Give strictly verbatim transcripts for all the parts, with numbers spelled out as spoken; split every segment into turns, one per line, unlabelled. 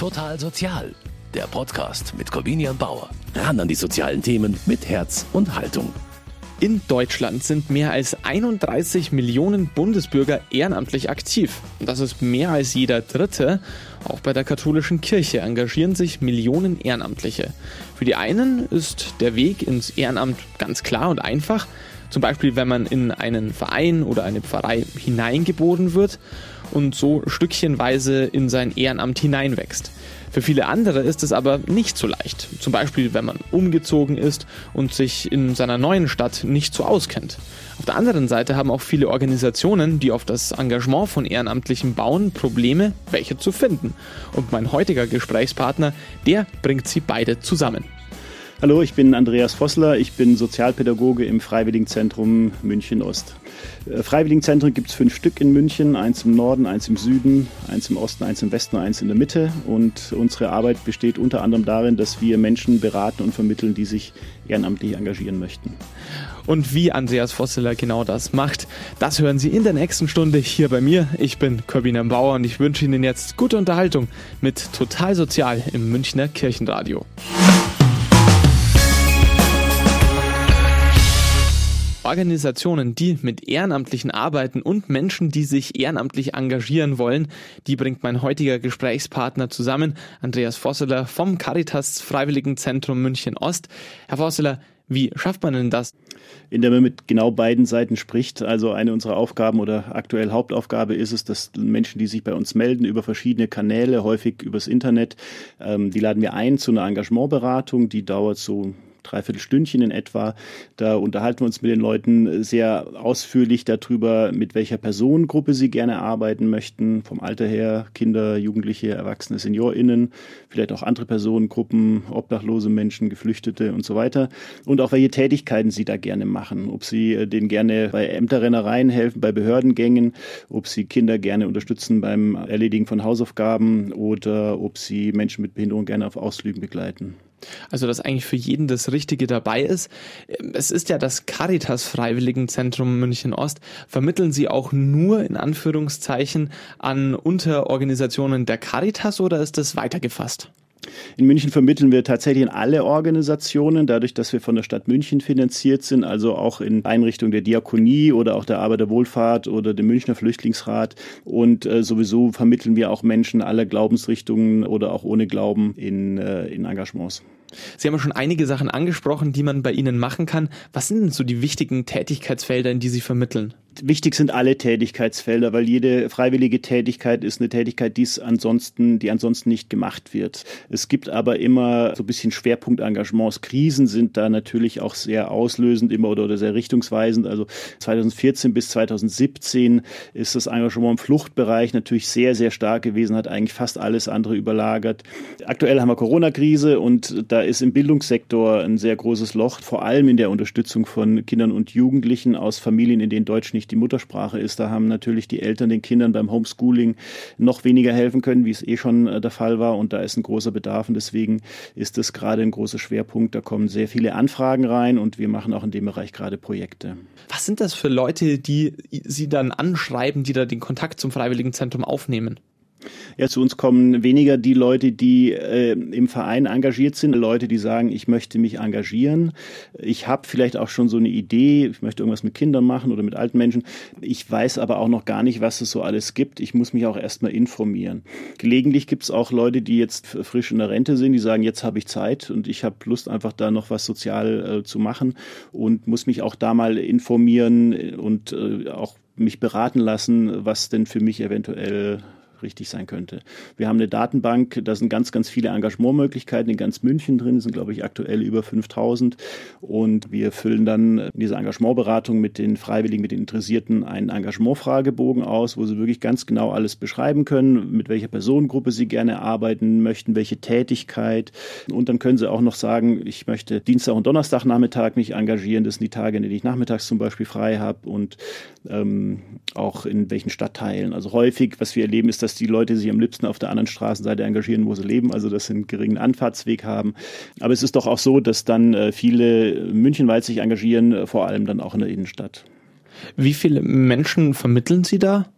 Total Sozial, der Podcast mit Corvinian Bauer. Ran an die sozialen Themen mit Herz und Haltung.
In Deutschland sind mehr als einunddreißig Millionen Bundesbürger ehrenamtlich aktiv. Das ist mehr als jeder Dritte. Auch bei der katholischen Kirche engagieren sich Millionen Ehrenamtliche. Für die einen ist der Weg ins Ehrenamt ganz klar und einfach. Zum Beispiel, wenn man in einen Verein oder eine Pfarrei hineingeboren wird und so stückchenweise in sein Ehrenamt hineinwächst. Für viele andere ist es aber nicht so leicht. Zum Beispiel, wenn man umgezogen ist und sich in seiner neuen Stadt nicht so auskennt. Auf der anderen Seite haben auch viele Organisationen, die auf das Engagement von Ehrenamtlichen bauen, Probleme, welche zu finden. Und mein heutiger Gesprächspartner, der bringt sie beide zusammen.
Hallo, ich bin Andreas Vossler, ich bin Sozialpädagoge im Freiwilligenzentrum München Ost. Freiwilligenzentren gibt es fünf Stück in München, eins im Norden, eins im Süden, eins im Osten, eins im Westen und eins in der Mitte. Und unsere Arbeit besteht unter anderem darin, dass wir Menschen beraten und vermitteln, die sich ehrenamtlich engagieren möchten.
Und wie Andreas Vossler genau das macht, das hören Sie in der nächsten Stunde hier bei mir. Ich bin Corvinian Bauer und ich wünsche Ihnen jetzt gute Unterhaltung mit Total Sozial im Münchner Kirchenradio. Organisationen, die mit Ehrenamtlichen arbeiten und Menschen, die sich ehrenamtlich engagieren wollen, die bringt mein heutiger Gesprächspartner zusammen, Andreas Vossler vom Caritas Freiwilligenzentrum München Ost. Herr Vossler, wie schafft man denn das?
Indem man mit genau beiden Seiten spricht. Also eine unserer Aufgaben oder aktuell Hauptaufgabe ist es, dass Menschen, die sich bei uns melden über verschiedene Kanäle, häufig übers Internet, ähm, die laden wir ein zu einer Engagementberatung, die dauert so dreiviertel Stündchen in etwa. Da unterhalten wir uns mit den Leuten sehr ausführlich darüber, mit welcher Personengruppe sie gerne arbeiten möchten. Vom Alter her, Kinder, Jugendliche, Erwachsene, SeniorInnen, vielleicht auch andere Personengruppen, obdachlose Menschen, Geflüchtete und so weiter. Und auch welche Tätigkeiten sie da gerne machen. Ob sie denen gerne bei Ämterrennereien helfen, bei Behördengängen, ob sie Kinder gerne unterstützen beim Erledigen von Hausaufgaben oder ob sie Menschen mit Behinderung gerne auf Ausflügen begleiten.
Also, dass eigentlich für jeden das Richtige dabei ist. Es ist ja das Caritas Freiwilligenzentrum München Ost. Vermitteln Sie auch nur in Anführungszeichen an Unterorganisationen der Caritas oder ist das weitergefasst?
In München vermitteln wir tatsächlich in alle Organisationen, dadurch, dass wir von der Stadt München finanziert sind, also auch in Einrichtungen der Diakonie oder auch der Arbeiterwohlfahrt oder dem Münchner Flüchtlingsrat. Und äh, sowieso vermitteln wir auch Menschen aller Glaubensrichtungen oder auch ohne Glauben in, äh, in Engagements.
Sie haben ja schon einige Sachen angesprochen, die man bei Ihnen machen kann. Was sind denn so die wichtigen Tätigkeitsfelder, in die Sie vermitteln?
Wichtig sind alle Tätigkeitsfelder, weil jede freiwillige Tätigkeit ist eine Tätigkeit, die es ansonsten, die ansonsten nicht gemacht wird. Es gibt aber immer so ein bisschen Schwerpunktengagements. Krisen sind da natürlich auch sehr auslösend immer oder, oder sehr richtungsweisend. Also zweitausendvierzehn bis zweitausendsiebzehn ist das Engagement im Fluchtbereich natürlich sehr, sehr stark gewesen, hat eigentlich fast alles andere überlagert. Aktuell haben wir Corona-Krise und da ist im Bildungssektor ein sehr großes Loch, vor allem in der Unterstützung von Kindern und Jugendlichen aus Familien, in denen Deutsch nicht die Muttersprache ist. Da haben natürlich die Eltern den Kindern beim Homeschooling noch weniger helfen können, wie es eh schon der Fall war. Und da ist ein großer Bedarf und deswegen ist das gerade ein großer Schwerpunkt. Da kommen sehr viele Anfragen rein und wir machen auch in dem Bereich gerade Projekte.
Was sind das für Leute, die Sie dann anschreiben, die da den Kontakt zum Freiwilligenzentrum aufnehmen?
Ja, zu uns kommen weniger die Leute, die äh, im Verein engagiert sind, Leute, die sagen, ich möchte mich engagieren. Ich habe vielleicht auch schon so eine Idee, ich möchte irgendwas mit Kindern machen oder mit alten Menschen. Ich weiß aber auch noch gar nicht, was es so alles gibt. Ich muss mich auch erstmal informieren. Gelegentlich gibt es auch Leute, die jetzt frisch in der Rente sind, die sagen, jetzt habe ich Zeit und ich habe Lust, einfach da noch was sozial äh, zu machen und muss mich auch da mal informieren und äh, auch mich beraten lassen, was denn für mich eventuell richtig sein könnte. Wir haben eine Datenbank, da sind ganz, ganz viele Engagementmöglichkeiten in ganz München drin, das sind, glaube ich, aktuell über fünftausend und wir füllen dann in dieser Engagementberatung mit den Freiwilligen, mit den Interessierten einen Engagementfragebogen aus, wo sie wirklich ganz genau alles beschreiben können, mit welcher Personengruppe sie gerne arbeiten möchten, welche Tätigkeit und dann können sie auch noch sagen, ich möchte Dienstag und Donnerstagnachmittag mich engagieren, das sind die Tage, in denen ich nachmittags zum Beispiel frei habe und ähm, auch in welchen Stadtteilen. Also häufig, was wir erleben, ist, dass die Leute sich am liebsten auf der anderen Straßenseite engagieren, wo sie leben, also dass sie einen geringen Anfahrtsweg haben. Aber es ist doch auch so, dass dann äh, viele münchenweit sich engagieren, äh, vor allem dann auch in der Innenstadt.
Wie viele Menschen vermitteln Sie da?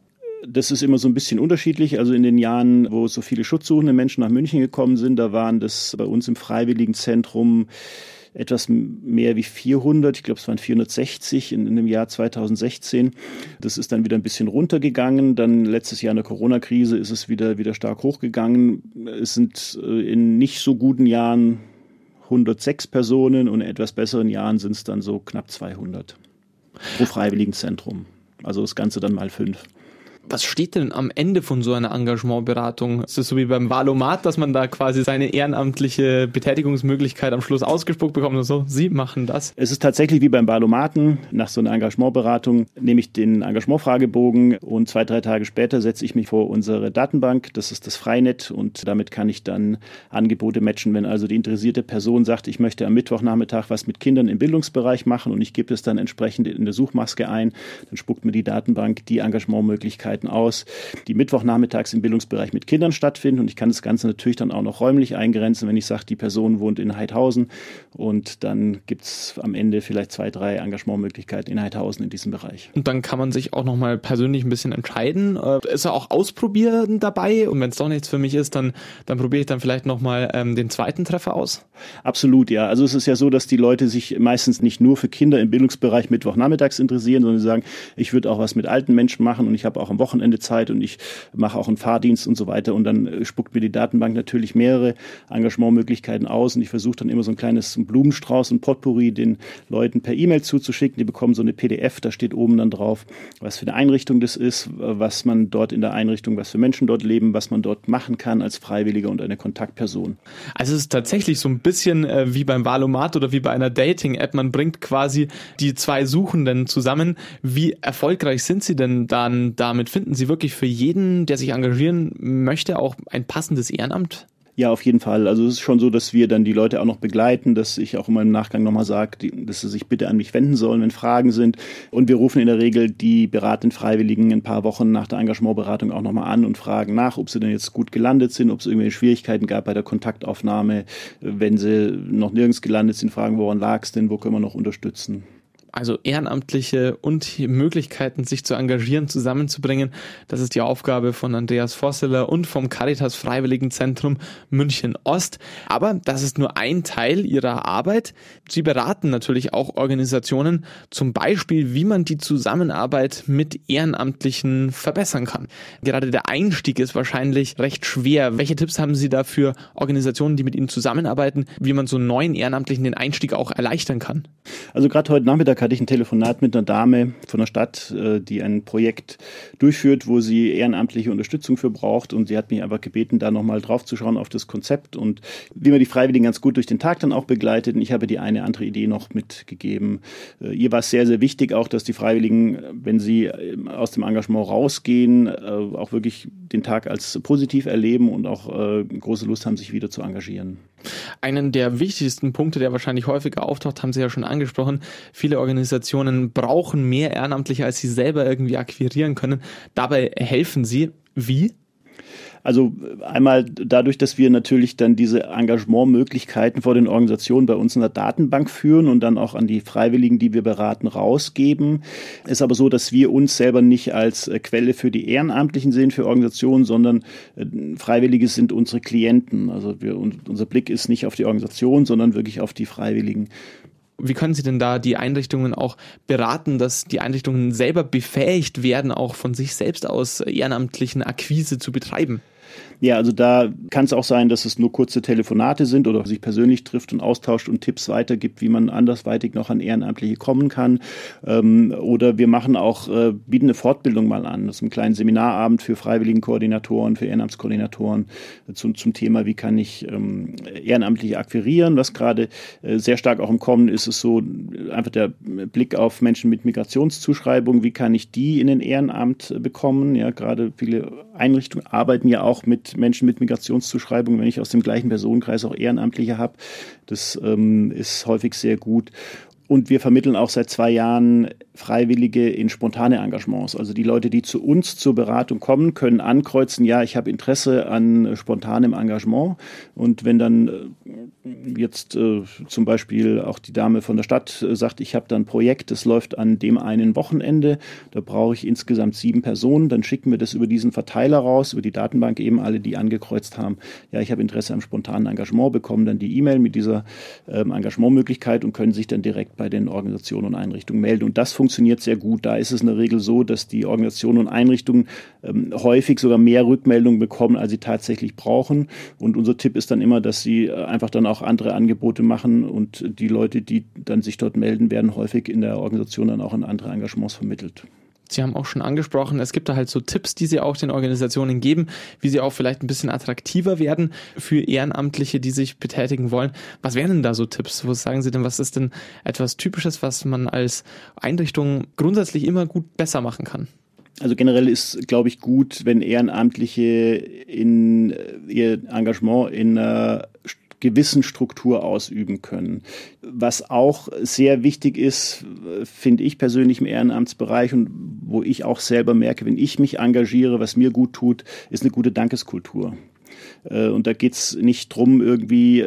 Das ist immer so ein bisschen unterschiedlich. Also in den Jahren, wo so viele schutzsuchende Menschen nach München gekommen sind, da waren das bei uns im Freiwilligenzentrum etwas mehr wie vierhundert, ich glaube es waren vierhundertsechzig in, in dem Jahr zweitausendsechzehn. Das ist dann wieder ein bisschen runtergegangen. Dann letztes Jahr in der Corona-Krise ist es wieder, wieder stark hochgegangen. Es sind in nicht so guten Jahren hundertsechs Personen und in etwas besseren Jahren sind es dann so knapp zweihundert pro Freiwilligenzentrum. Also das Ganze dann mal fünf.
Was steht denn am Ende von so einer Engagementberatung? Ist es so wie beim Valomat, dass man da quasi seine ehrenamtliche Betätigungsmöglichkeit am Schluss ausgespuckt bekommt und so, Sie machen das?
Es ist tatsächlich wie beim Valomaten. Nach so einer Engagementberatung nehme ich den Engagementfragebogen und zwei, drei Tage später setze ich mich vor unsere Datenbank. Das ist das Freinet und damit kann ich dann Angebote matchen. Wenn also die interessierte Person sagt, ich möchte am Mittwochnachmittag was mit Kindern im Bildungsbereich machen und ich gebe es dann entsprechend in der Suchmaske ein, dann spuckt mir die Datenbank die Engagementmöglichkeiten aus, die mittwochnachmittags im Bildungsbereich mit Kindern stattfinden. Und ich kann das Ganze natürlich dann auch noch räumlich eingrenzen, wenn ich sage, die Person wohnt in Heidhausen und dann gibt es am Ende vielleicht zwei, drei Engagementmöglichkeiten in Heidhausen in diesem Bereich.
Und dann kann man sich auch nochmal persönlich ein bisschen entscheiden. Ist ja auch Ausprobieren dabei und wenn es doch nichts für mich ist, dann, dann probiere ich dann vielleicht nochmal ähm, den zweiten Treffer aus?
Absolut, ja. Also es ist ja so, dass die Leute sich meistens nicht nur für Kinder im Bildungsbereich mittwochnachmittags interessieren, sondern sie sagen, ich würde auch was mit alten Menschen machen und ich habe auch am Wochenende Zeit und ich mache auch einen Fahrdienst und so weiter und dann spuckt mir die Datenbank natürlich mehrere Engagementmöglichkeiten aus und ich versuche dann immer so ein kleines Blumenstrauß und Potpourri den Leuten per E-Mail zuzuschicken. Die bekommen so eine P D F, da steht oben dann drauf, was für eine Einrichtung das ist, was man dort in der Einrichtung, was für Menschen dort leben, was man dort machen kann als Freiwilliger und eine Kontaktperson.
Also es ist tatsächlich so ein bisschen äh, wie beim Valomat oder wie bei einer Dating-App. Man bringt quasi die zwei Suchenden zusammen. Wie erfolgreich sind Sie denn dann damit? Finden Sie wirklich für jeden, der sich engagieren möchte, auch ein passendes Ehrenamt?
Ja, auf jeden Fall. Also es ist schon so, dass wir dann die Leute auch noch begleiten, dass ich auch immer im Nachgang nochmal sage, dass sie sich bitte an mich wenden sollen, wenn Fragen sind. Und wir rufen in der Regel die beratenden Freiwilligen ein paar Wochen nach der Engagementberatung auch nochmal an und fragen nach, ob sie denn jetzt gut gelandet sind, ob es irgendwelche Schwierigkeiten gab bei der Kontaktaufnahme. Wenn sie noch nirgends gelandet sind, fragen, woran lag es denn, wo können wir noch unterstützen?
Also Ehrenamtliche und Möglichkeiten, sich zu engagieren, zusammenzubringen. Das ist die Aufgabe von Andreas Vosseler und vom Caritas Freiwilligenzentrum München Ost. Aber das ist nur ein Teil ihrer Arbeit. Sie beraten natürlich auch Organisationen, zum Beispiel, wie man die Zusammenarbeit mit Ehrenamtlichen verbessern kann. Gerade der Einstieg ist wahrscheinlich recht schwer. Welche Tipps haben Sie da für Organisationen, die mit Ihnen zusammenarbeiten, wie man so neuen Ehrenamtlichen den Einstieg auch erleichtern kann?
Also gerade heute Nachmittag hatte ich ein Telefonat mit einer Dame von der Stadt, die ein Projekt durchführt, wo sie ehrenamtliche Unterstützung für braucht und sie hat mich einfach gebeten, da nochmal drauf zu schauen auf das Konzept und wie man die Freiwilligen ganz gut durch den Tag dann auch begleitet und ich habe die eine andere Idee noch mitgegeben. Ihr war es sehr, sehr wichtig auch, dass die Freiwilligen, wenn sie aus dem Engagement rausgehen, auch wirklich den Tag als positiv erleben und auch große Lust haben, sich wieder zu engagieren.
Einen der wichtigsten Punkte, der wahrscheinlich häufiger auftaucht, haben Sie ja schon angesprochen. Viele Organisationen brauchen mehr Ehrenamtliche, als sie selber irgendwie akquirieren können. Dabei helfen Sie. Wie?
Also einmal dadurch, dass wir natürlich dann diese Engagementmöglichkeiten vor den Organisationen bei uns in der Datenbank führen und dann auch an die Freiwilligen, die wir beraten, rausgeben. Es ist aber so, dass wir uns selber nicht als Quelle für die Ehrenamtlichen sehen, für Organisationen, sondern Freiwillige sind unsere Klienten. Also wir, unser Blick ist nicht auf die Organisation, sondern wirklich auf die Freiwilligen.
Wie können Sie denn da die Einrichtungen auch beraten, dass die Einrichtungen selber befähigt werden, auch von sich selbst aus ehrenamtlichen Akquise zu betreiben?
Ja, also da kann es auch sein, dass es nur kurze Telefonate sind oder sich persönlich trifft und austauscht und Tipps weitergibt, wie man andersweitig noch an Ehrenamtliche kommen kann. Ähm, oder wir machen auch, äh, bieten eine Fortbildung mal an. Das ist ein kleiner Seminarabend für Freiwilligenkoordinatoren, für Ehrenamtskoordinatoren zum, zum Thema, wie kann ich ähm, Ehrenamtliche akquirieren. Was gerade äh, sehr stark auch im Kommen ist, ist so einfach der Blick auf Menschen mit Migrationszuschreibung. Wie kann ich die in ein Ehrenamt bekommen? Ja, gerade viele Einrichtungen arbeiten ja auch mit Menschen mit Migrationszuschreibung, wenn ich aus dem gleichen Personenkreis auch Ehrenamtliche habe. Das ähm, ist häufig sehr gut. Und wir vermitteln auch seit zwei Jahren Freiwillige in spontane Engagements. Also die Leute, die zu uns zur Beratung kommen, können ankreuzen, ja, ich habe Interesse an spontanem Engagement. Und wenn dann jetzt äh, zum Beispiel auch die Dame von der Stadt äh, sagt, ich habe da ein Projekt, das läuft an dem einen Wochenende, da brauche ich insgesamt sieben Personen, dann schicken wir das über diesen Verteiler raus, über die Datenbank eben alle, die angekreuzt haben, ja, ich habe Interesse am spontanen Engagement, bekommen dann die E-Mail mit dieser ähm, Engagementmöglichkeit und können sich dann direkt bei den Organisationen und Einrichtungen melden. Und das funktioniert sehr gut. Da ist es in der Regel so, dass die Organisationen und Einrichtungen ähm, häufig sogar mehr Rückmeldungen bekommen, als sie tatsächlich brauchen. Und unser Tipp ist dann immer, dass sie äh, einfach dann auch andere Angebote machen und die Leute, die dann sich dort melden, werden häufig in der Organisation dann auch in andere Engagements vermittelt.
Sie haben auch schon angesprochen, es gibt da halt so Tipps, die Sie auch den Organisationen geben, wie sie auch vielleicht ein bisschen attraktiver werden für Ehrenamtliche, die sich betätigen wollen. Was wären denn da so Tipps? Was sagen Sie denn, was ist denn etwas Typisches, was man als Einrichtung grundsätzlich immer gut besser machen kann?
Also generell ist, glaube ich, gut, wenn Ehrenamtliche in ihr Engagement in einer gewissen Struktur ausüben können. Was auch sehr wichtig ist, finde ich persönlich im Ehrenamtsbereich und wo ich auch selber merke, wenn ich mich engagiere, was mir gut tut, ist eine gute Dankeskultur. Und da geht's nicht drum, irgendwie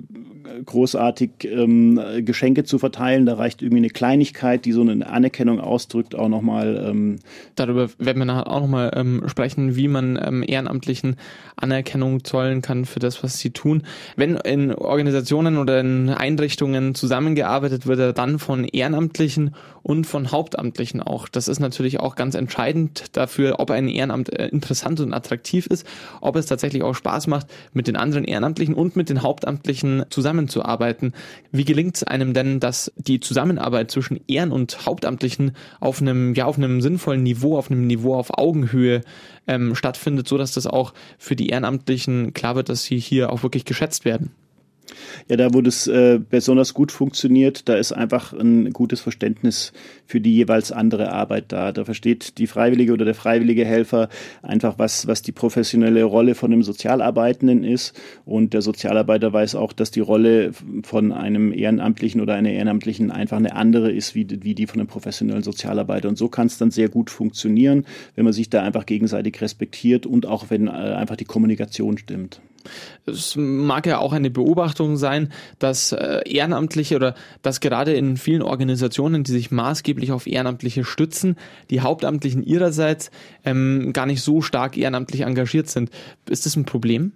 großartig ähm, Geschenke zu verteilen. Da reicht irgendwie eine Kleinigkeit, die so eine Anerkennung ausdrückt, auch nochmal. Ähm
Darüber werden wir nachher auch nochmal ähm, sprechen, wie man ähm, Ehrenamtlichen Anerkennung zollen kann für das, was sie tun. Wenn in Organisationen oder in Einrichtungen zusammengearbeitet wird, dann von Ehrenamtlichen und von Hauptamtlichen auch. Das ist natürlich auch ganz entscheidend dafür, ob ein Ehrenamt äh, interessant und attraktiv ist, ob es tatsächlich auch Spaß macht, mit den anderen Ehrenamtlichen und mit den Hauptamtlichen zusammenzuarbeiten. Wie gelingt es einem denn, dass die Zusammenarbeit zwischen Ehren- und Hauptamtlichen auf einem, ja, auf einem sinnvollen Niveau, auf einem Niveau auf Augenhöhe ähm, stattfindet, so dass das auch für die Ehrenamtlichen klar wird, dass sie hier auch wirklich geschätzt werden?
Ja, da wo das äh, besonders gut funktioniert, da ist einfach ein gutes Verständnis für die jeweils andere Arbeit da. Da versteht die Freiwillige oder der freiwillige Helfer einfach, was, was die professionelle Rolle von einem Sozialarbeitenden ist. Und der Sozialarbeiter weiß auch, dass die Rolle von einem Ehrenamtlichen oder einer Ehrenamtlichen einfach eine andere ist, wie, wie die von einem professionellen Sozialarbeiter. Und so kann es dann sehr gut funktionieren, wenn man sich da einfach gegenseitig respektiert und auch wenn äh, einfach die Kommunikation stimmt.
Es mag ja auch eine Beobachtung sein, dass äh, Ehrenamtliche oder dass gerade in vielen Organisationen, die sich maßgeblich auf Ehrenamtliche stützen, die Hauptamtlichen ihrerseits ähm, gar nicht so stark ehrenamtlich engagiert sind. Ist das ein Problem?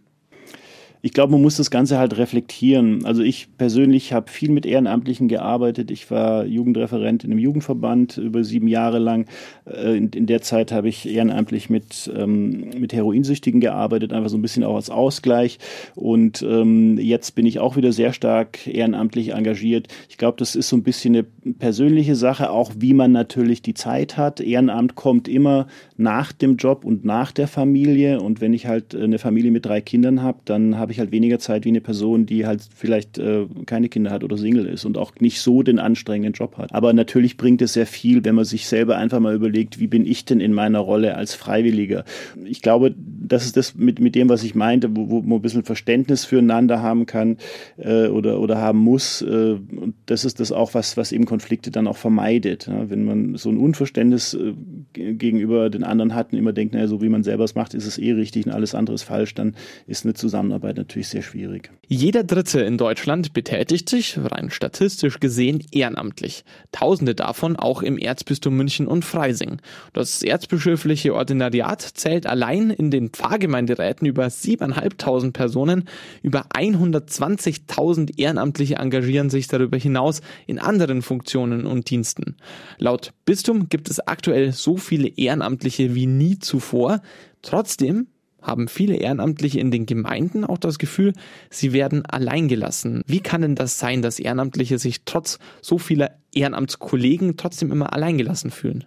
Ich glaube, man muss das Ganze halt reflektieren. Also ich persönlich habe viel mit Ehrenamtlichen gearbeitet. Ich war Jugendreferent in einem Jugendverband über sieben Jahre lang. In, in der Zeit habe ich ehrenamtlich mit, ähm, mit Heroinsüchtigen gearbeitet, einfach so ein bisschen auch als Ausgleich. Und ähm, jetzt bin ich auch wieder sehr stark ehrenamtlich engagiert. Ich glaube, das ist so ein bisschen eine persönliche Sache, auch wie man natürlich die Zeit hat. Ehrenamt kommt immer nach dem Job und nach der Familie. Und wenn ich halt eine Familie mit drei Kindern habe, dann habe ich halt weniger Zeit wie eine Person, die halt vielleicht äh, keine Kinder hat oder Single ist und auch nicht so den anstrengenden Job hat. Aber natürlich bringt es sehr viel, wenn man sich selber einfach mal überlegt, wie bin ich denn in meiner Rolle als Freiwilliger? Ich glaube, das ist das mit, mit dem, was ich meinte, wo, wo man ein bisschen Verständnis füreinander haben kann äh, oder, oder haben muss. Äh, und das ist das auch, was, was eben Konflikte dann auch vermeidet. Ja? Wenn man so ein Unverständnis äh, gegenüber den anderen hat und immer denkt, naja, so wie man selber es macht, ist es eh richtig und alles andere ist falsch, dann ist eine Zusammenarbeit natürlich sehr schwierig.
Jeder Dritte in Deutschland betätigt sich, rein statistisch gesehen, ehrenamtlich. Tausende davon auch im Erzbistum München und Freising. Das erzbischöfliche Ordinariat zählt allein in den Pfarrgemeinderäten über siebentausendfünfhundert Personen. Über hundertzwanzigtausend Ehrenamtliche engagieren sich darüber hinaus in anderen Funktionen und Diensten. Laut Bistum gibt es aktuell so viele Ehrenamtliche wie nie zuvor. Trotzdem haben viele Ehrenamtliche in den Gemeinden auch das Gefühl, sie werden alleingelassen. Wie kann denn das sein, dass Ehrenamtliche sich trotz so vieler Ehrenamtskollegen trotzdem immer alleingelassen fühlen?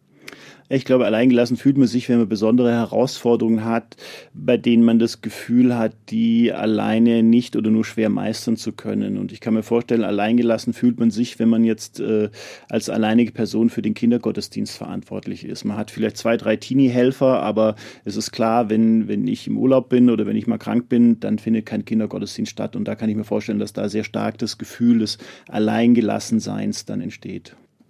Ich glaube, alleingelassen fühlt man sich, wenn man besondere Herausforderungen hat, bei denen man das Gefühl hat, die alleine nicht oder nur schwer meistern zu können. Und ich kann mir vorstellen, alleingelassen fühlt man sich, wenn man jetzt äh, als alleinige Person für den Kindergottesdienst verantwortlich ist. Man hat vielleicht zwei, drei Teenie-Helfer, aber es ist klar, wenn, wenn ich im Urlaub bin oder wenn ich mal krank bin, dann findet kein Kindergottesdienst statt. Und da kann ich mir vorstellen, dass da sehr stark das Gefühl des Alleingelassenseins dann entsteht.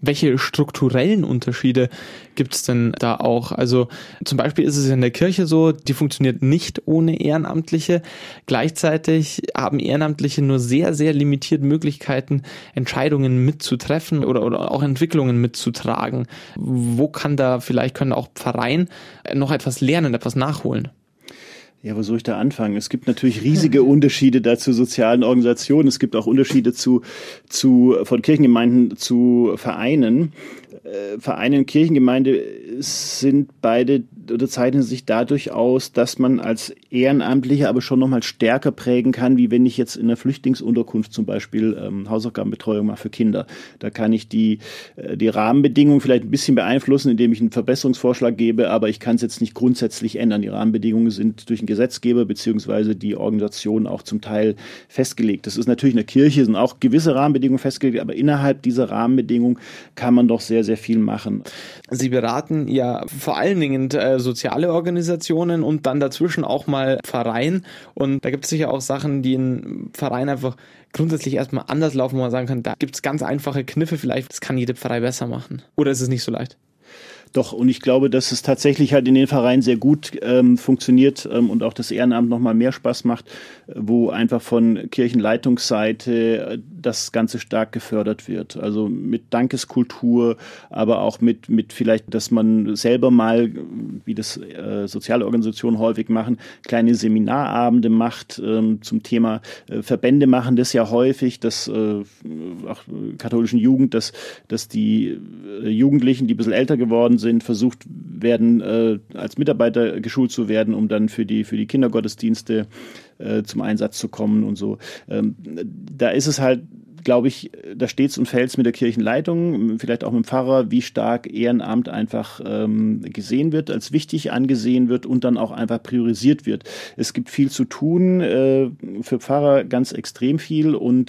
Welche strukturellen Unterschiede gibt es denn da auch? Also zum Beispiel ist es in der Kirche so, die funktioniert nicht ohne Ehrenamtliche. Gleichzeitig haben Ehrenamtliche nur sehr, sehr limitiert Möglichkeiten, Entscheidungen mitzutreffen oder, oder auch Entwicklungen mitzutragen. Wo kann da vielleicht, können auch Pfarreien noch etwas lernen, etwas nachholen?
Ja, wo soll ich da anfangen? Es gibt natürlich riesige Unterschiede da zu sozialen Organisationen. Es gibt auch Unterschiede zu, zu, von Kirchengemeinden zu Vereinen. Äh, Vereine und Kirchengemeinde sind beide oder zeichnen sich dadurch aus, dass man als Ehrenamtlicher aber schon nochmal stärker prägen kann, wie wenn ich jetzt in einer Flüchtlingsunterkunft zum Beispiel ähm, Hausaufgabenbetreuung mache für Kinder. Da kann ich die, äh, die Rahmenbedingungen vielleicht ein bisschen beeinflussen, indem ich einen Verbesserungsvorschlag gebe, aber ich kann es jetzt nicht grundsätzlich ändern. Die Rahmenbedingungen sind durch den Gesetzgeber beziehungsweise die Organisation auch zum Teil festgelegt. Das ist natürlich in der Kirche, sind auch gewisse Rahmenbedingungen festgelegt, aber innerhalb dieser Rahmenbedingungen kann man doch sehr, sehr viel machen.
Sie beraten ja vor allen Dingen äh, soziale Organisationen und dann dazwischen auch mal Verein. Und da gibt es sicher auch Sachen, die in Vereinen einfach grundsätzlich erstmal anders laufen, wo man sagen kann, da gibt es ganz einfache Kniffe, vielleicht das kann jede Pfarrei besser machen. Oder ist es nicht so leicht?
Doch, und ich glaube, dass es tatsächlich halt in den Vereinen sehr gut ähm, funktioniert ähm, und auch das Ehrenamt nochmal mehr Spaß macht, wo einfach von Kirchenleitungsseite das Ganze stark gefördert wird. Also mit Dankeskultur, aber auch mit, mit vielleicht, dass man selber mal, wie das äh, soziale Organisationen häufig machen, kleine Seminarabende macht ähm, zum Thema äh, Verbände machen das ja häufig, dass äh, auch katholischen Jugend, dass, dass die äh, Jugendlichen, die ein bisschen älter geworden sind, sind, versucht werden, äh, als Mitarbeiter geschult zu werden, um dann für die, für die Kindergottesdienste äh, zum Einsatz zu kommen und so. Ähm, da ist es halt, glaube ich, da steht's und fällt's mit der Kirchenleitung, vielleicht auch mit dem Pfarrer, wie stark Ehrenamt einfach ähm, gesehen wird, als wichtig angesehen wird und dann auch einfach priorisiert wird. Es gibt viel zu tun, äh, für Pfarrer ganz extrem viel und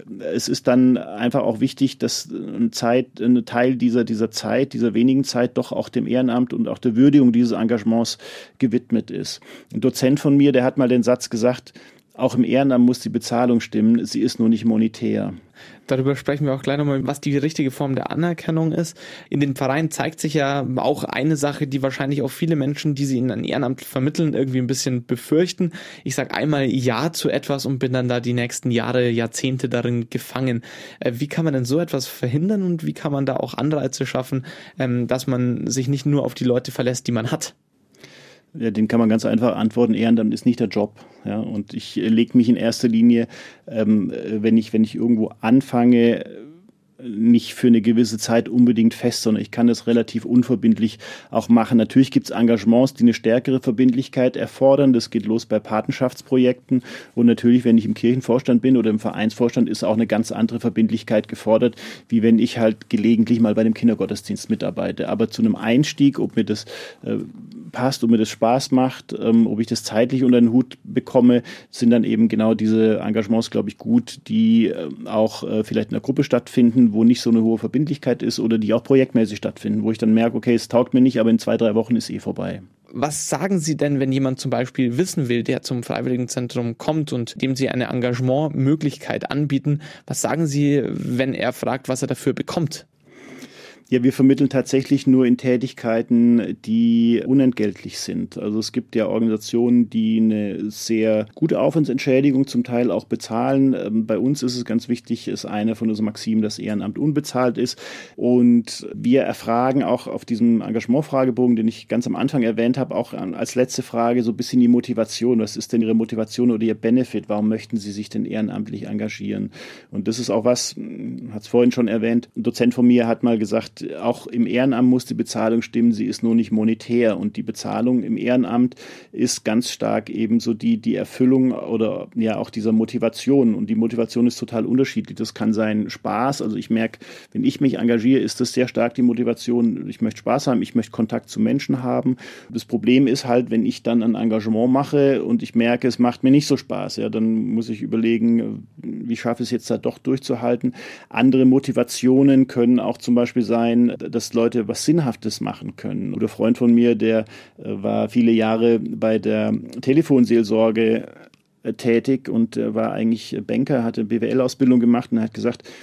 es ist dann einfach auch wichtig, dass eine Zeit, ein Teil dieser, dieser Zeit, dieser wenigen Zeit doch auch dem Ehrenamt und auch der Würdigung dieses Engagements gewidmet ist. Ein Dozent von mir, der hat mal den Satz gesagt, auch im Ehrenamt muss die Bezahlung stimmen, sie ist nur nicht monetär.
Darüber sprechen wir auch gleich nochmal, was die richtige Form der Anerkennung ist. In den Vereinen zeigt sich ja auch eine Sache, die wahrscheinlich auch viele Menschen, die sie in ein Ehrenamt vermitteln, irgendwie ein bisschen befürchten. Ich sage einmal Ja zu etwas und bin dann da die nächsten Jahre, Jahrzehnte darin gefangen. Wie kann man denn so etwas verhindern und wie kann man da auch Anreize schaffen, dass man sich nicht nur auf die Leute verlässt, die man hat?
Ja, den kann man ganz einfach antworten, Ehrenamt ist nicht der Job. Ja, und ich äh, lege mich in erster Linie, ähm, wenn ich, wenn ich irgendwo anfange, nicht für eine gewisse Zeit unbedingt fest, sondern ich kann das relativ unverbindlich auch machen. Natürlich gibt es Engagements, die eine stärkere Verbindlichkeit erfordern. Das geht los bei Patenschaftsprojekten. Und natürlich, wenn ich im Kirchenvorstand bin oder im Vereinsvorstand, ist auch eine ganz andere Verbindlichkeit gefordert, wie wenn ich halt gelegentlich mal bei dem Kindergottesdienst mitarbeite. Aber zu einem Einstieg, ob mir das äh, passt, ob mir das Spaß macht, ähm, ob ich das zeitlich unter den Hut bekomme, sind dann eben genau diese Engagements, glaube ich, gut, die äh, auch äh, vielleicht in der Gruppe stattfinden, wo nicht so eine hohe Verbindlichkeit ist oder die auch projektmäßig stattfinden, wo ich dann merke, okay, es taugt mir nicht, aber in zwei, drei Wochen ist eh vorbei.
Was sagen Sie denn, wenn jemand zum Beispiel wissen will, der zum Freiwilligenzentrum kommt und dem Sie eine Engagementmöglichkeit anbieten? Was sagen Sie, wenn er fragt, was er dafür bekommt?
Ja, wir vermitteln tatsächlich nur in Tätigkeiten, die unentgeltlich sind. Also es gibt ja Organisationen, die eine sehr gute Aufwandsentschädigung zum Teil auch bezahlen. Bei uns ist es ganz wichtig, ist eine von unseren Maximen, dass Ehrenamt unbezahlt ist. Und wir erfragen auch auf diesem Engagementfragebogen, den ich ganz am Anfang erwähnt habe, auch als letzte Frage so ein bisschen die Motivation. Was ist denn Ihre Motivation oder Ihr Benefit? Warum möchten Sie sich denn ehrenamtlich engagieren? Und das ist auch was, hat es vorhin schon erwähnt, ein Dozent von mir hat mal gesagt, auch im Ehrenamt muss die Bezahlung stimmen, sie ist nur nicht monetär. Und die Bezahlung im Ehrenamt ist ganz stark ebenso die, die Erfüllung oder ja auch dieser Motivation. Und die Motivation ist total unterschiedlich. Das kann sein Spaß. Also ich merke, wenn ich mich engagiere, ist das sehr stark die Motivation. Ich möchte Spaß haben, ich möchte Kontakt zu Menschen haben. Das Problem ist halt, wenn ich dann ein Engagement mache und ich merke, es macht mir nicht so Spaß, ja, dann muss ich überlegen, wie schaffe ich es jetzt da doch durchzuhalten. Andere Motivationen können auch zum Beispiel sein, dass Leute was Sinnhaftes machen können. Oder ein Freund von mir, der war viele Jahre bei der Telefonseelsorge tätig und war eigentlich Banker, hatte B W L-Ausbildung gemacht und hat gesagt,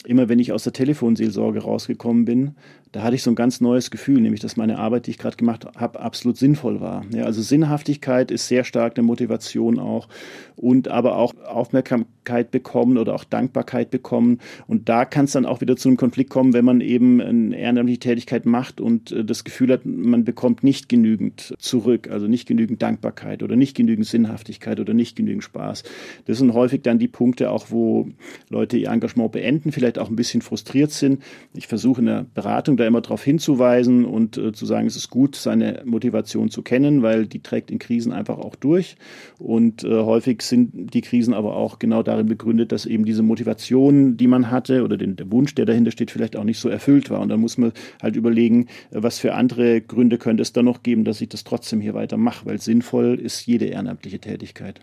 immer wenn ich aus der Telefonseelsorge rausgekommen bin, da hatte ich so ein ganz neues Gefühl, nämlich dass meine Arbeit, die ich gerade gemacht habe, absolut sinnvoll war. Ja, also Sinnhaftigkeit ist sehr stark eine Motivation auch und aber auch Aufmerksamkeit bekommen oder auch Dankbarkeit bekommen. Und da kann es dann auch wieder zu einem Konflikt kommen, wenn man eben eine ehrenamtliche Tätigkeit macht und das Gefühl hat, man bekommt nicht genügend zurück, also nicht genügend Dankbarkeit oder nicht genügend Sinnhaftigkeit oder nicht genügend Spaß. Das sind häufig dann die Punkte auch, wo Leute ihr Engagement beenden, vielleicht auch ein bisschen frustriert sind. Ich versuche in der Beratung da immer darauf hinzuweisen und äh, zu sagen, es ist gut, seine Motivation zu kennen, weil die trägt in Krisen einfach auch durch. Und äh, häufig sind die Krisen aber auch genau darin begründet, dass eben diese Motivation, die man hatte oder den, der Wunsch, der dahinter steht, vielleicht auch nicht so erfüllt war. Und dann muss man halt überlegen, was für andere Gründe könnte es da noch geben, dass ich das trotzdem hier weitermache, weil sinnvoll ist jede ehrenamtliche Tätigkeit.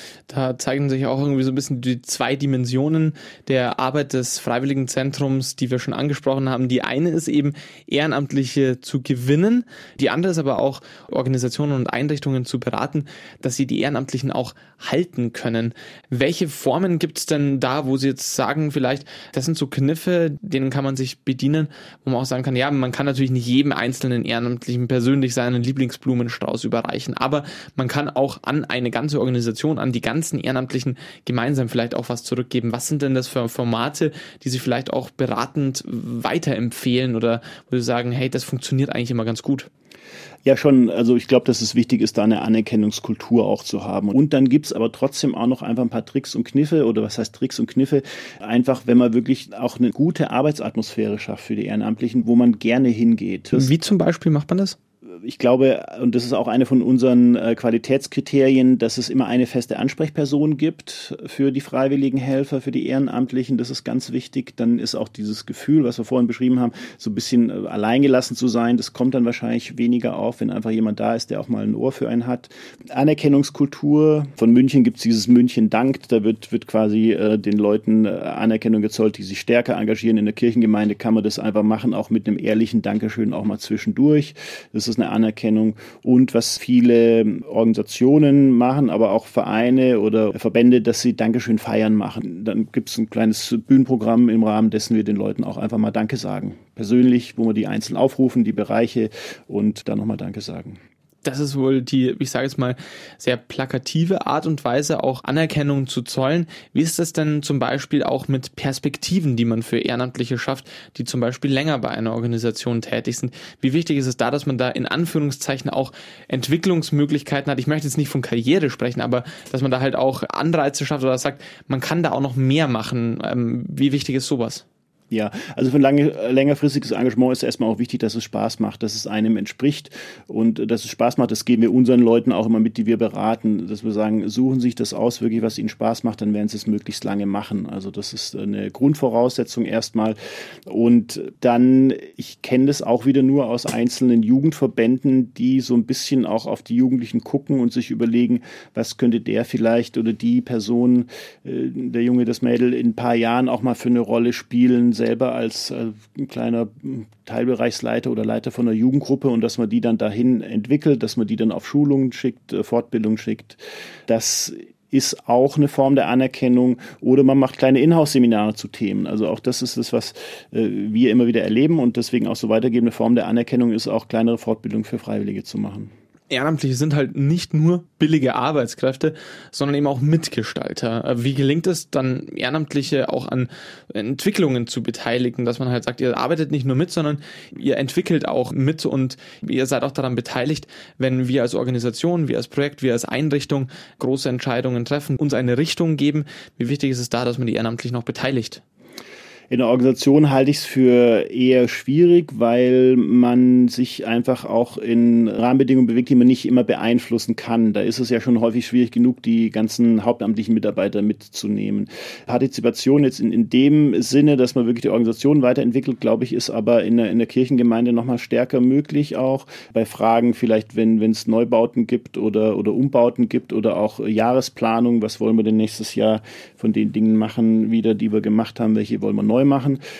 Da zeigen sich auch irgendwie so ein bisschen die zwei Dimensionen der Arbeit des Freiwilligenzentrums, die wir schon angesprochen haben. Die eine ist eben, Ehrenamtliche zu gewinnen. Die andere ist aber auch, Organisationen und Einrichtungen zu beraten, dass sie die Ehrenamtlichen auch halten können. Welche Formen gibt es denn da, wo Sie jetzt sagen, vielleicht, das sind so Kniffe, denen kann man sich bedienen, wo man auch sagen kann, ja, man kann natürlich nicht jedem einzelnen Ehrenamtlichen persönlich seinen Lieblingsblumenstrauß überreichen, aber man kann auch an eine ganze Organisation, an die ganzen Ehrenamtlichen gemeinsam vielleicht auch was zurückgeben. Was sind denn das für Formate, die Sie vielleicht auch beratend weiterempfehlen oder wo Sie sagen, hey, das funktioniert eigentlich immer ganz gut?
Ja, schon. Also ich glaube, dass es wichtig ist, da eine Anerkennungskultur auch zu haben. Und dann gibt's aber trotzdem auch noch einfach ein paar Tricks und Kniffe, oder was heißt Tricks und Kniffe? Einfach, wenn man wirklich auch eine gute Arbeitsatmosphäre schafft für die Ehrenamtlichen, wo man gerne hingeht. Das
Wie zum Beispiel macht man das?
Ich glaube, und das ist auch eine von unseren äh, Qualitätskriterien, dass es immer eine feste Ansprechperson gibt für die freiwilligen Helfer, für die Ehrenamtlichen. Das ist ganz wichtig. Dann ist auch dieses Gefühl, was wir vorhin beschrieben haben, so ein bisschen äh, alleingelassen zu sein. Das kommt dann wahrscheinlich weniger auf, wenn einfach jemand da ist, der auch mal ein Ohr für einen hat. Anerkennungskultur. Von München gibt es dieses München dankt. Da wird, wird quasi äh, den Leuten äh, Anerkennung gezollt, die sich stärker engagieren. In der Kirchengemeinde kann man das einfach machen, auch mit einem ehrlichen Dankeschön auch mal zwischendurch. Das ist eine Anerkennung. Und was viele Organisationen machen, aber auch Vereine oder Verbände, dass sie Dankeschön feiern machen. Dann gibt es ein kleines Bühnenprogramm, im Rahmen dessen wir den Leuten auch einfach mal Danke sagen. Persönlich, wo wir die einzeln aufrufen, die Bereiche und dann nochmal Danke sagen.
Das ist wohl die, ich sage jetzt mal, sehr plakative Art und Weise, auch Anerkennung zu zollen. Wie ist das denn zum Beispiel auch mit Perspektiven, die man für Ehrenamtliche schafft, die zum Beispiel länger bei einer Organisation tätig sind? Wie wichtig ist es da, dass man da in Anführungszeichen auch Entwicklungsmöglichkeiten hat? Ich möchte jetzt nicht von Karriere sprechen, aber dass man da halt auch Anreize schafft oder sagt, man kann da auch noch mehr machen. Wie wichtig ist sowas?
Ja, also für ein lange, längerfristiges Engagement ist erstmal auch wichtig, dass es Spaß macht, dass es einem entspricht und dass es Spaß macht. Das geben wir unseren Leuten auch immer mit, die wir beraten, dass wir sagen, suchen sich das aus, wirklich, was ihnen Spaß macht, dann werden sie es möglichst lange machen. Also das ist eine Grundvoraussetzung erstmal. Und dann, ich kenne das auch wieder nur aus einzelnen Jugendverbänden, die so ein bisschen auch auf die Jugendlichen gucken und sich überlegen, was könnte der vielleicht oder die Person, der Junge, das Mädel in ein paar Jahren auch mal für eine Rolle spielen, selber als äh, ein kleiner Teilbereichsleiter oder Leiter von einer Jugendgruppe und dass man die dann dahin entwickelt, dass man die dann auf Schulungen schickt, äh, Fortbildung schickt. Das ist auch eine Form der Anerkennung. Oder man macht kleine Inhouse-Seminare zu Themen. Also auch das ist das, was äh, wir immer wieder erleben und deswegen auch so weitergeben. Eine Form der Anerkennung ist auch kleinere Fortbildung für Freiwillige zu machen.
Ehrenamtliche sind halt nicht nur billige Arbeitskräfte, sondern eben auch Mitgestalter. Wie gelingt es dann, Ehrenamtliche auch an Entwicklungen zu beteiligen, dass man halt sagt, ihr arbeitet nicht nur mit, sondern ihr entwickelt auch mit und ihr seid auch daran beteiligt, wenn wir als Organisation, wir als Projekt, wir als Einrichtung große Entscheidungen treffen, uns eine Richtung geben. Wie wichtig ist es da, dass man die Ehrenamtlichen noch beteiligt?
In der Organisation halte ich es für eher schwierig, weil man sich einfach auch in Rahmenbedingungen bewegt, die man nicht immer beeinflussen kann. Da ist es ja schon häufig schwierig genug, die ganzen hauptamtlichen Mitarbeiter mitzunehmen. Partizipation jetzt in, in dem Sinne, dass man wirklich die Organisation weiterentwickelt, glaube ich, ist aber in der, in der Kirchengemeinde nochmal stärker möglich auch. Bei Fragen vielleicht, wenn wenn es Neubauten gibt oder, oder Umbauten gibt oder auch Jahresplanung, was wollen wir denn nächstes Jahr von den Dingen machen wieder, die wir gemacht haben, welche wollen wir neu machen.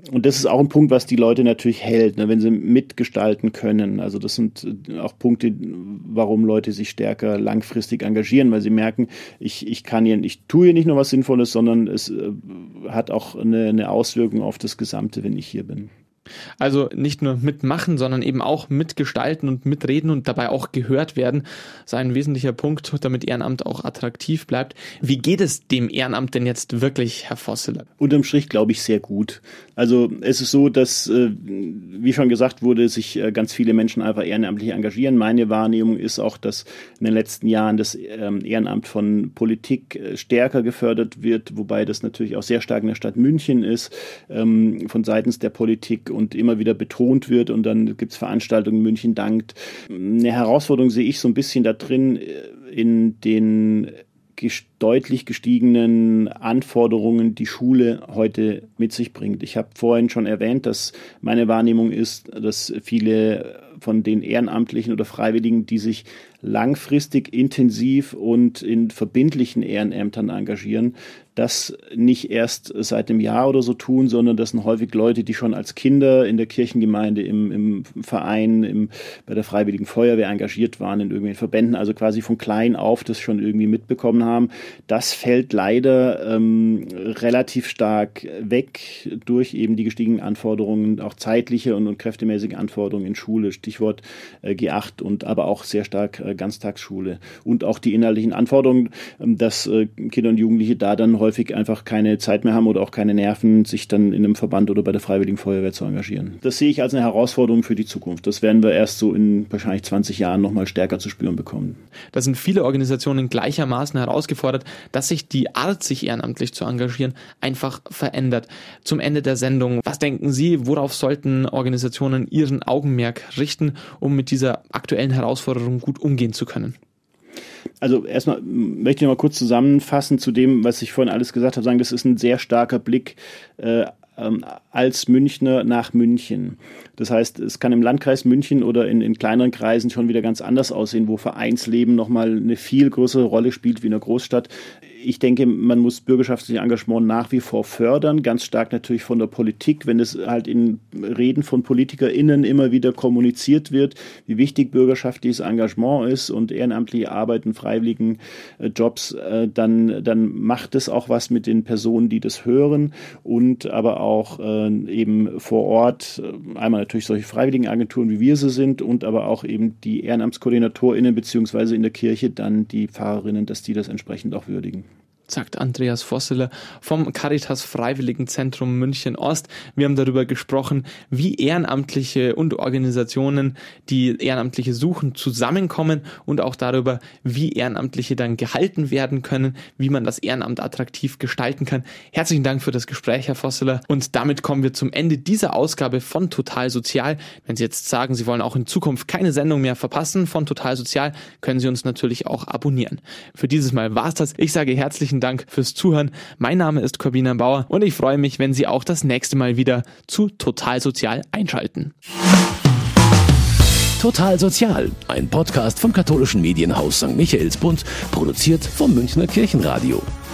Und das ist auch ein Punkt, was die Leute natürlich hält, ne, wenn sie mitgestalten können. Also das sind auch Punkte, warum Leute sich stärker langfristig engagieren, weil sie merken, ich, ich kann hier, ich tue hier nicht nur was Sinnvolles, sondern es äh, hat auch eine, eine Auswirkung auf das Gesamte, wenn ich hier bin.
Also nicht nur mitmachen, sondern eben auch mitgestalten und mitreden und dabei auch gehört werden, ist ein wesentlicher Punkt, damit Ehrenamt auch attraktiv bleibt. Wie geht es dem Ehrenamt denn jetzt wirklich, Herr Vossele?
Unterm Strich glaube ich sehr gut. Also es ist so, dass, wie schon gesagt wurde, sich ganz viele Menschen einfach ehrenamtlich engagieren. Meine Wahrnehmung ist auch, dass in den letzten Jahren das Ehrenamt von Politik stärker gefördert wird, wobei das natürlich auch sehr stark in der Stadt München ist, von seitens der Politik und immer wieder betont wird, und dann gibt es Veranstaltungen, München dankt. Eine Herausforderung sehe ich so ein bisschen da drin in den deutlich gestiegenen Anforderungen, die Schule heute mit sich bringt. Ich habe vorhin schon erwähnt, dass meine Wahrnehmung ist, dass viele von den Ehrenamtlichen oder Freiwilligen, die sich langfristig, intensiv und in verbindlichen Ehrenämtern engagieren, das nicht erst seit einem Jahr oder so tun, sondern das sind häufig Leute, die schon als Kinder in der Kirchengemeinde, im, im Verein, im, bei der Freiwilligen Feuerwehr engagiert waren, in irgendwelchen Verbänden, also quasi von klein auf das schon irgendwie mitbekommen haben. Das fällt leider ähm, relativ stark weg durch eben die gestiegenen Anforderungen, auch zeitliche und, und kräftemäßige Anforderungen in Schule, Stichwort äh, G acht und aber auch sehr stark äh, Ganztagsschule und auch die inhaltlichen Anforderungen, äh, dass äh, Kinder und Jugendliche da dann häufig einfach keine Zeit mehr haben oder auch keine Nerven, sich dann in einem Verband oder bei der Freiwilligen Feuerwehr zu engagieren. Das sehe ich als eine Herausforderung für die Zukunft. Das werden wir erst so in wahrscheinlich zwanzig Jahren nochmal stärker zu spüren bekommen.
Da sind viele Organisationen gleichermaßen herausgefordert, dass sich die Art, sich ehrenamtlich zu engagieren, einfach verändert. Zum Ende der Sendung, was denken Sie, worauf sollten Organisationen ihren Augenmerk richten, um mit dieser aktuellen Herausforderung gut umgehen zu können?
Also erstmal möchte ich mal kurz zusammenfassen zu dem, was ich vorhin alles gesagt habe, sagen, das ist ein sehr starker Blick äh, ähm, als Münchner nach München. Das heißt, es kann im Landkreis München oder in, in kleineren Kreisen schon wieder ganz anders aussehen, wo Vereinsleben nochmal eine viel größere Rolle spielt wie in einer Großstadt. Ich denke, man muss bürgerschaftliches Engagement nach wie vor fördern, ganz stark natürlich von der Politik, wenn es halt in Reden von PolitikerInnen immer wieder kommuniziert wird, wie wichtig bürgerschaftliches Engagement ist und ehrenamtliche Arbeit und freiwilligen äh, Jobs, äh, dann, dann macht es auch was mit den Personen, die das hören, und aber auch äh, eben vor Ort, äh, einmal natürlich solche freiwilligen Agenturen, wie wir sie sind, und aber auch eben die EhrenamtskoordinatorInnen beziehungsweise in der Kirche dann die Pfarrerinnen, dass die das entsprechend auch würdigen.
Sagt Andreas Vossele vom Caritas Freiwilligenzentrum München Ost. Wir haben darüber gesprochen, wie Ehrenamtliche und Organisationen, die Ehrenamtliche suchen, zusammenkommen, und auch darüber, wie Ehrenamtliche dann gehalten werden können, wie man das Ehrenamt attraktiv gestalten kann. Herzlichen Dank für das Gespräch, Herr Vossele. Und damit kommen wir zum Ende dieser Ausgabe von Total Sozial. Wenn Sie jetzt sagen, Sie wollen auch in Zukunft keine Sendung mehr verpassen von Total Sozial, können Sie uns natürlich auch abonnieren. Für dieses Mal war's das. Ich sage herzlichen Dank fürs Zuhören. Mein Name ist Corbinian Bauer und ich freue mich, wenn Sie auch das nächste Mal wieder zu Total Sozial einschalten.
Total Sozial, ein Podcast vom katholischen Medienhaus Sankt Michaelsbund, produziert vom Münchner Kirchenradio.